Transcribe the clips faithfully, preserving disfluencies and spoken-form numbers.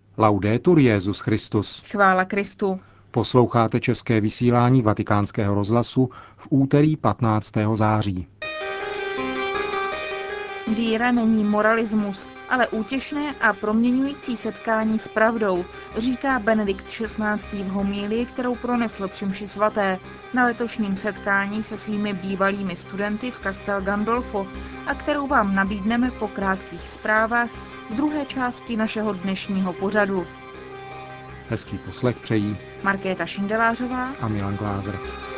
Laudetur Jesus Christus. Chvála Kristu. Posloucháte české vysílání Vatikánského rozhlasu v úterý patnáctého září. Víra není moralismus, ale útěšné a proměňující setkání s pravdou, říká Benedikt šestnáctý v homílii, kterou pronesl při mši svaté na letošním setkání se svými bývalými studenty v Castel Gandolfo a kterou vám nabídneme po krátkých zprávách v druhé části našeho dnešního pořadu. Hezký poslech přejí Markéta Šindelářová a Milan Glázer.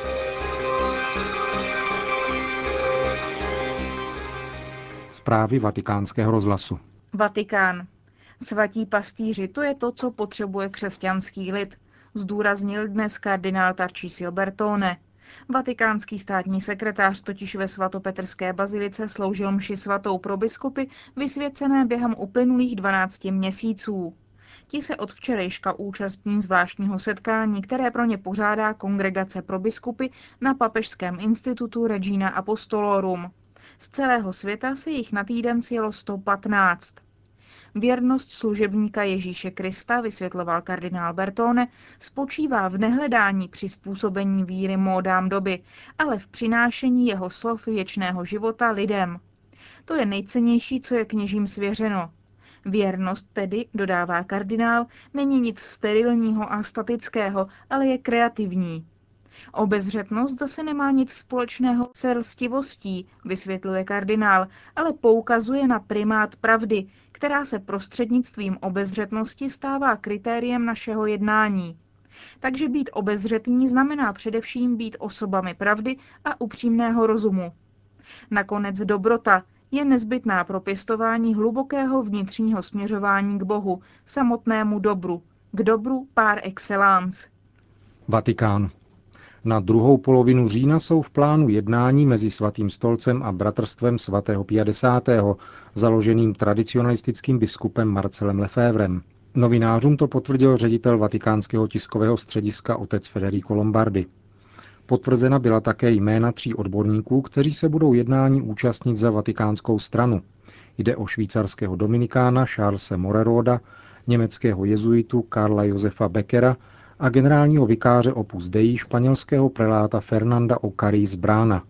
Zprávy Vatikánského rozhlasu. Vatikán. Svatí pastýři, to je to, co potřebuje křesťanský lid, zdůraznil dnes kardinál Tarcísio Bertone. Vatikánský státní sekretář totiž ve svatopetrské bazilice sloužil mši svatou pro biskupy vysvěcené během uplynulých dvanácti měsíců. Ti se od včerejška účastní zvláštního setkání, které pro ně pořádá Kongregace pro biskupy na Papežském institutu Regina Apostolorum. Z celého světa se jich na týden sjelo sto patnáct. Věrnost služebníka Ježíše Krista, vysvětloval kardinál Bertone, spočívá v nehledání přizpůsobení víry módám doby, ale v přinášení jeho slov věčného života lidem. To je nejcennější, co je kněžím svěřeno. Věrnost tedy, dodává kardinál, není nic sterilního a statického, ale je kreativní. Obezřetnost zase nemá nic společného se lstivostí, vysvětluje kardinál, ale poukazuje na primát pravdy, která se prostřednictvím obezřetnosti stává kritériem našeho jednání. Takže být obezřetní znamená především být osobami pravdy a upřímného rozumu. Nakonec dobrota je nezbytná pro pěstování hlubokého vnitřního směřování k Bohu, samotnému dobru, k dobru par excellence. Vatikán. Na druhou polovinu října jsou v plánu jednání mezi Svatým stolcem a Bratrstvem svatého Pia založeným tradicionalistickým biskupem Marcelem Lefévrem. Novinářům to potvrdil ředitel vatikánského tiskového střediska otec Federico Lombardi. Potvrzena byla také jména tří odborníků, kteří se budou jednání účastnit za vatikánskou stranu. Jde o švýcarského dominikána Charlese Moreroda, německého jezuitu Karla Josefa Beckera a generálního vikáře Opus Dei španělského preláta Fernanda Ocaris Brána.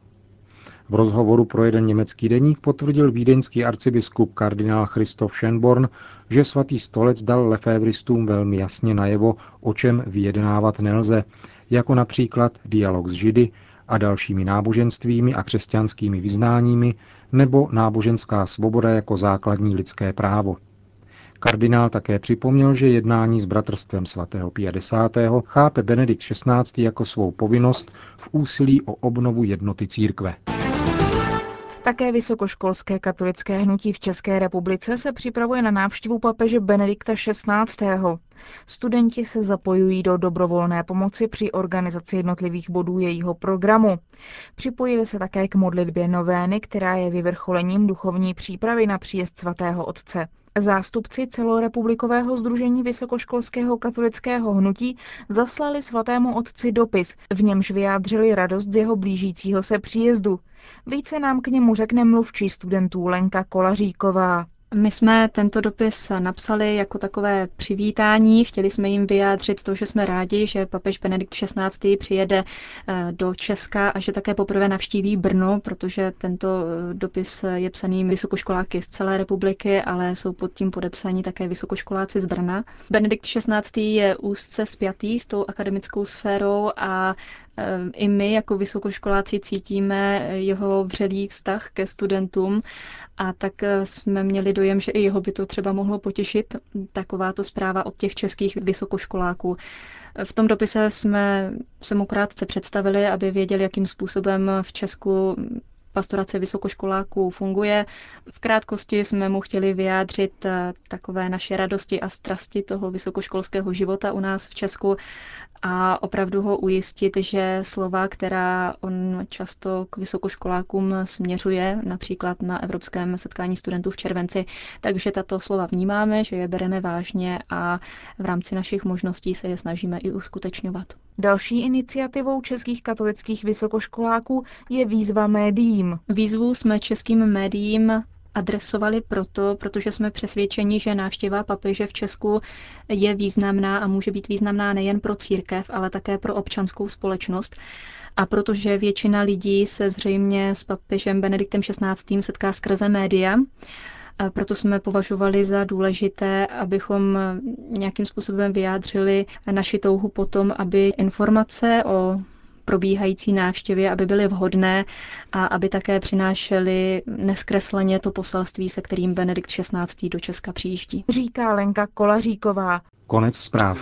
V rozhovoru pro jeden německý deník potvrdil vídeňský arcibiskup kardinál Christoph Schönborn, že Svatý stolec dal lefévristům velmi jasně najevo, o čem vyjednávat nelze, jako například dialog s Židy a dalšími náboženstvími a křesťanskými vyznáními nebo náboženská svoboda jako základní lidské právo. Kardinál také připomněl, že jednání s Bratrstvem svatého Pia X. chápe Benedikt šestnáctý jako svou povinnost v úsilí o obnovu jednoty církve. Také vysokoškolské katolické hnutí v České republice se připravuje na návštěvu papeže Benedikta šestnáctého. Studenti se zapojují do dobrovolné pomoci při organizaci jednotlivých bodů jejího programu. Připojili se také k modlitbě novény, která je vyvrcholením duchovní přípravy na příjezd svatého otce. Zástupci celorepublikového sdružení vysokoškolského katolického hnutí zaslali svatému otci dopis, v němž vyjádřili radost z jeho blížícího se příjezdu. Více nám k němu řekne mluvčí studentů Lenka Kolaříková. My jsme tento dopis napsali jako takové přivítání. Chtěli jsme jim vyjádřit to, že jsme rádi, že papež Benedikt šestnáctý přijede do Česka a že také poprvé navštíví Brno, protože tento dopis je psaný vysokoškoláky z celé republiky, ale jsou pod tím podepsaní také vysokoškoláci z Brna. Benedikt šestnáctý je úzce spjatý s tou akademickou sférou a i my jako vysokoškoláci cítíme jeho vřelý vztah ke studentům a tak jsme měli dojem, že i jeho by to třeba mohlo potěšit, takováto zpráva od těch českých vysokoškoláků. V tom dopise jsme se mu krátce představili, aby věděli, jakým způsobem v Česku pastorace vysokoškoláků funguje. V krátkosti jsme mu chtěli vyjádřit takové naše radosti a strasti toho vysokoškolského života u nás v Česku a opravdu ho ujistit, že slova, která on často k vysokoškolákům směřuje, například na Evropském setkání studentů v červenci, takže tato slova vnímáme, že je bereme vážně a v rámci našich možností se je snažíme i uskutečňovat. Další iniciativou českých katolických vysokoškoláků je výzva médiím. Výzvu jsme českým médiím adresovali proto, protože jsme přesvědčeni, že návštěva papeže v Česku je významná a může být významná nejen pro církev, ale také pro občanskou společnost. A protože většina lidí se zřejmě s papežem Benediktem šestnáctým setká skrze média, a proto jsme považovali za důležité, abychom nějakým způsobem vyjádřili naši touhu potom, aby informace o probíhající návštěvě, aby byly vhodné a aby také přinášely neskresleně to poselství, se kterým Benedikt šestnáctý do Česka přijíždí. Říká Lenka Kolaříková. Konec zpráv.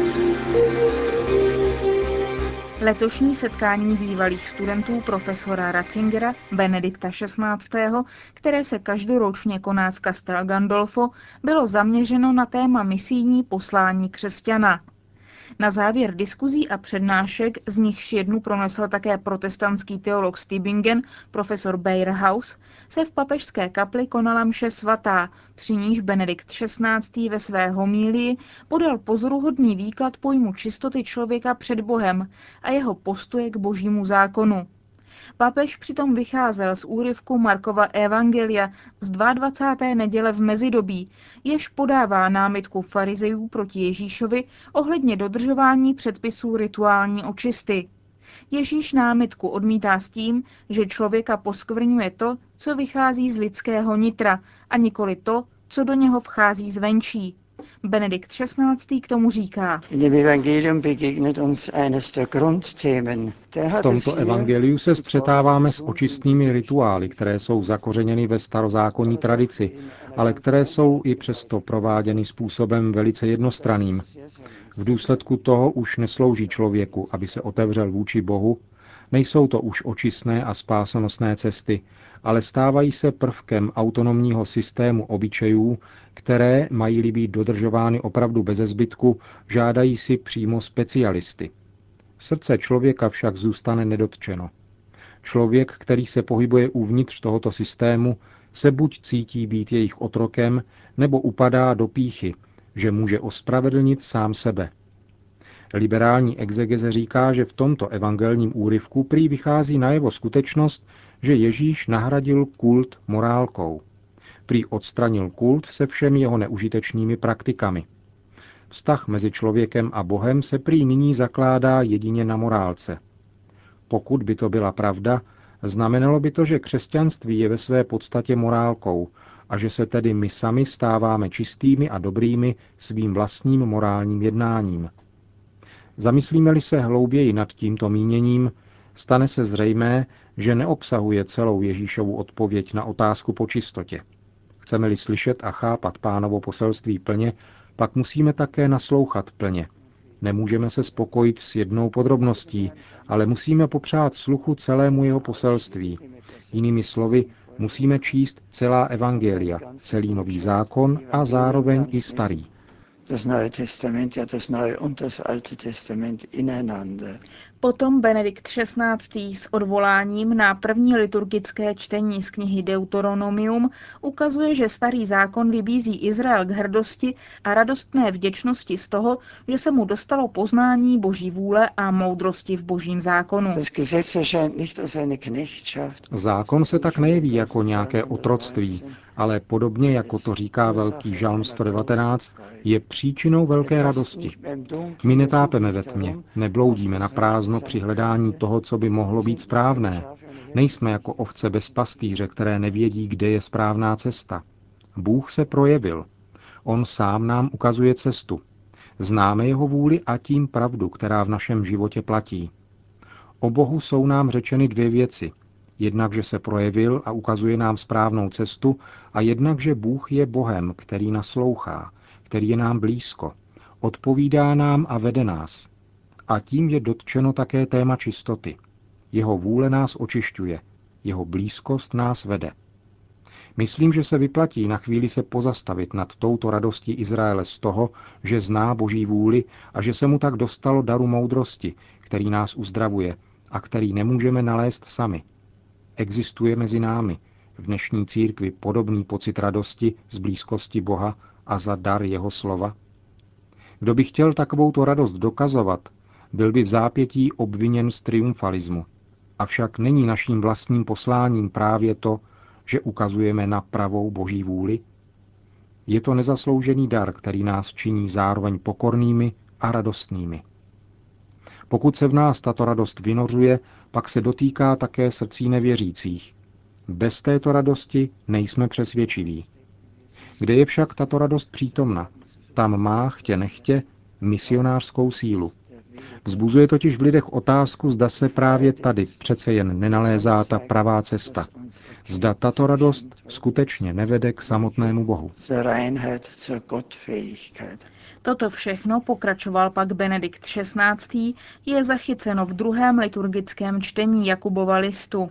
Letošní setkání bývalých studentů profesora Ratzingera Benedikta šestnáctého, které se každoročně koná v Castel Gandolfo, bylo zaměřeno na téma misijní poslání křesťana. Na závěr diskuzí a přednášek, z nichž jednu pronesl také protestantský teolog z Tübingen, profesor Beierhaus, se v papežské kapli konala mše svatá, při níž Benedikt šestnáctý ve své homílii podal pozoruhodný výklad pojmu čistoty člověka před Bohem a jeho postoje k božímu zákonu. Papež přitom vycházel z úryvku Markova evangelia z dvacáté druhé neděle v mezidobí, jež podává námitku farizejů proti Ježíšovi ohledně dodržování předpisů rituální očisty. Ježíš námitku odmítá s tím, že člověka poskvrňuje to, co vychází z lidského nitra, a nikoli to, co do něho vchází zvenčí. Benedikt šestnáctý k tomu říká: V tomto evangeliu se střetáváme s očistnými rituály, které jsou zakořeněny ve starozákonní tradici, ale které jsou i přesto prováděny způsobem velice jednostranným. V důsledku toho už neslouží člověku, aby se otevřel vůči Bohu, nejsou to už očistné a spásonosné cesty, ale stávají se prvkem autonomního systému obyčejů, které, mají-li být dodržovány opravdu beze zbytku, žádají si přímo specialisty. Srdce člověka však zůstane nedotčeno. Člověk, který se pohybuje uvnitř tohoto systému, se buď cítí být jejich otrokem, nebo upadá do pýchy, že může ospravedlnit sám sebe. Liberální exegeze říká, že v tomto evangelním úryvku prý vychází najevo skutečnost, že Ježíš nahradil kult morálkou. Prý odstranil kult se všemi jeho neužitečnými praktikami. Vztah mezi člověkem a Bohem se prý nyní zakládá jedině na morálce. Pokud by to byla pravda, znamenalo by to, že křesťanství je ve své podstatě morálkou a že se tedy my sami stáváme čistými a dobrými svým vlastním morálním jednáním. Zamyslíme-li se hlouběji nad tímto míněním, stane se zřejmé, že neobsahuje celou Ježíšovu odpověď na otázku po čistotě. Chceme-li slyšet a chápat Pánovo poselství plně, pak musíme také naslouchat plně. Nemůžeme se spokojit s jednou podrobností, ale musíme popřát sluchu celému jeho poselství. Jinými slovy, musíme číst celá evangelia, celý Nový zákon a zároveň i Starý. Das Neue Testament, ja das Neue und das Alte Testament ineinander. Potom Benedikt šestnáctý s odvoláním na první liturgické čtení z knihy Deuteronomium ukazuje, že Starý zákon vybízí Izrael k hrdosti a radostné vděčnosti z toho, že se mu dostalo poznání Boží vůle a moudrosti v Božím zákonu. Zákon se tak nejeví jako nějaké otroctví, ale podobně jako to říká velký žalm sto devatenáct, je příčinou velké radosti. My netápeme ve tmě, nebloudíme na prázdno při hledání toho, co by mohlo být správné. Nejsme jako ovce bez pastýře, které nevědí, kde je správná cesta. Bůh se projevil. On sám nám ukazuje cestu. Známe jeho vůli a tím pravdu, která v našem životě platí. O Bohu jsou nám řečeny dvě věci. Jednak, že se projevil a ukazuje nám správnou cestu, a jednak, že Bůh je Bohem, který naslouchá, který je nám blízko, odpovídá nám a vede nás. A tím je dotčeno také téma čistoty. Jeho vůle nás očišťuje, jeho blízkost nás vede. Myslím, že se vyplatí na chvíli se pozastavit nad touto radostí Izraele z toho, že zná Boží vůli a že se mu tak dostalo daru moudrosti, který nás uzdravuje a který nemůžeme nalézt sami. Existuje mezi námi v dnešní církvi podobný pocit radosti z blízkosti Boha a za dar jeho slova? Kdo by chtěl takovouto radost dokazovat, byl by v zápětí obviněn z triumfalismu. Avšak není naším vlastním posláním právě to, že ukazujeme na pravou boží vůli? Je to nezasloužený dar, který nás činí zároveň pokornými a radostnými. Pokud se v nás tato radost vynořuje, pak se dotýká také srdcí nevěřících. Bez této radosti nejsme přesvědčiví. Kde je však tato radost přítomna? Tam má, chtě nechtě, misionářskou sílu. Vzbuzuje totiž v lidech otázku, zda se právě tady přece jen nenalézá ta pravá cesta. Zda tato radost skutečně nevede k samotnému Bohu. Toto všechno, pokračoval pak Benedikt šestnáctý, je zachyceno v druhém liturgickém čtení Jakubova listu.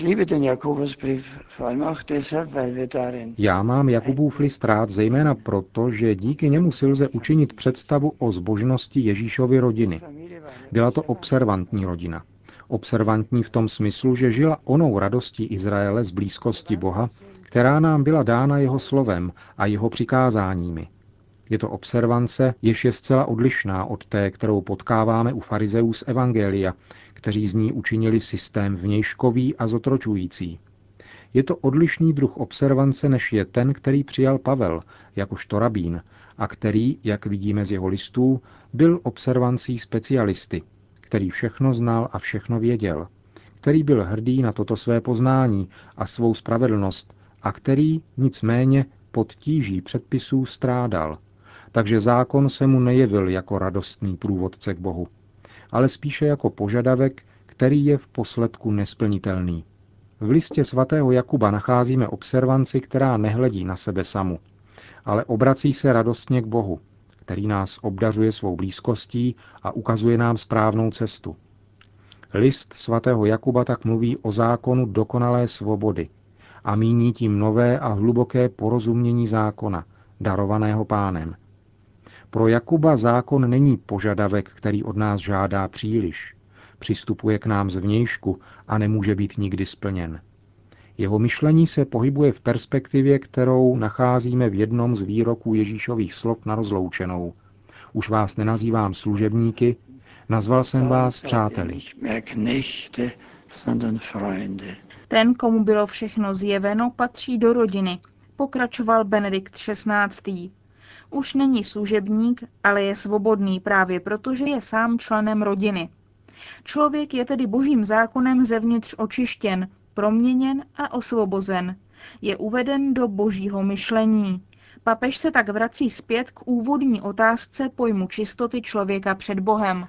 Já mám Jakubův list rád zejména proto, že díky němu si lze učinit představu o zbožnosti Ježíšovy rodiny. Byla to observantní rodina. Observantní v tom smyslu, že žila onou radostí Izraele z blízkosti Boha, která nám byla dána jeho slovem a jeho přikázáními. Je to observance, jež je zcela odlišná od té, kterou potkáváme u farizeů z Evangelia, kteří z ní učinili systém vnějškový a zotročující. Je to odlišný druh observance, než je ten, který přijal Pavel, jakožto rabín, a který, jak vidíme z jeho listů, byl observancí specialisty, který všechno znal a všechno věděl, který byl hrdý na toto své poznání a svou spravedlnost a který, nicméně, pod tíží předpisů strádal. Takže zákon se mu nejevil jako radostný průvodce k Bohu, ale spíše jako požadavek, který je v posledku nesplnitelný. V listě svatého Jakuba nacházíme observanci, která nehledí na sebe samu, ale obrací se radostně k Bohu, který nás obdařuje svou blízkostí a ukazuje nám správnou cestu. List svatého Jakuba tak mluví o zákonu dokonalé svobody a míní tím nové a hluboké porozumění zákona, darovaného Pánem. Pro Jakuba zákon není požadavek, který od nás žádá příliš. Přistupuje k nám zvnějšku a nemůže být nikdy splněn. Jeho myšlení se pohybuje v perspektivě, kterou nacházíme v jednom z výroků Ježíšových slov na rozloučenou. Už vás nenazývám služebníky, nazval jsem vás přáteli. Ten, komu bylo všechno zjeveno, patří do rodiny, pokračoval Benedikt šestnáctý. Už není služebník, ale je svobodný právě proto, že je sám členem rodiny. Člověk je tedy božím zákonem zevnitř očištěn, proměněn a osvobozen. Je uveden do božího myšlení. Papež se tak vrací zpět k úvodní otázce pojmu čistoty člověka před Bohem.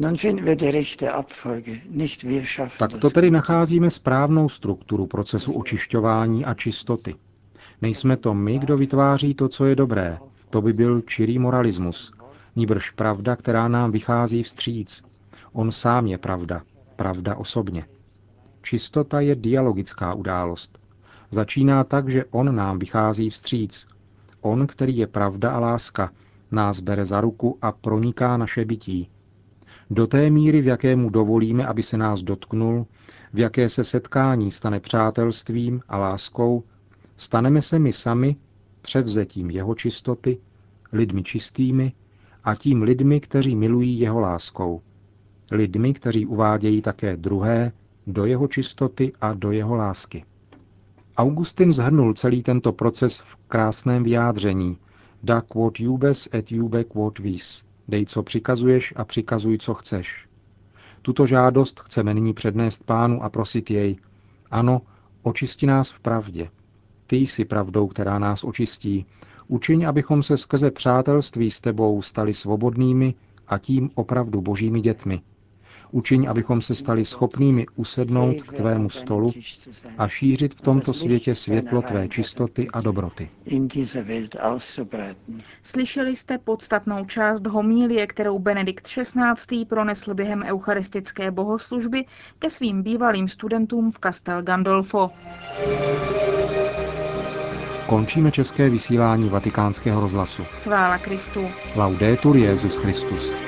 Tak to tedy nacházíme správnou strukturu procesu očišťování a čistoty. Nejsme to my, kdo vytváří to, co je dobré. To by byl čirý moralismus. Nýbrž pravda, která nám vychází vstříc. On sám je pravda. Pravda osobně. Čistota je dialogická událost. Začíná tak, že on nám vychází vstříc. On, který je pravda a láska, nás bere za ruku a proniká naše bytí. Do té míry, v jaké mu dovolíme, aby se nás dotknul, v jaké se setkání stane přátelstvím a láskou, staneme se my sami převzetím jeho čistoty, lidmi čistými a tím lidmi, kteří milují jeho láskou. Lidmi, kteří uvádějí také druhé do jeho čistoty a do jeho lásky. Augustin shrnul celý tento proces v krásném vyjádření Da quod jubes et jube quod vis. Dej, co přikazuješ a přikazuj, co chceš. Tuto žádost chceme nyní přednést Pánu a prosit jej. Ano, očisti nás v pravdě. Ty jsi pravdou, která nás očistí. Učiň, abychom se skrze přátelství s tebou stali svobodnými a tím opravdu božími dětmi. Učiň, abychom se stali schopnými usednout k tvému stolu a šířit v tomto světě světlo tvé čistoty a dobroty. Slyšeli jste podstatnou část homilie, kterou Benedikt šestnáctý pronesl během eucharistické bohoslužby ke svým bývalým studentům v Castel Gandolfo. Končíme české vysílání Vatikánského rozhlasu. Chvála Kristu. Laudetur Jesus Christus.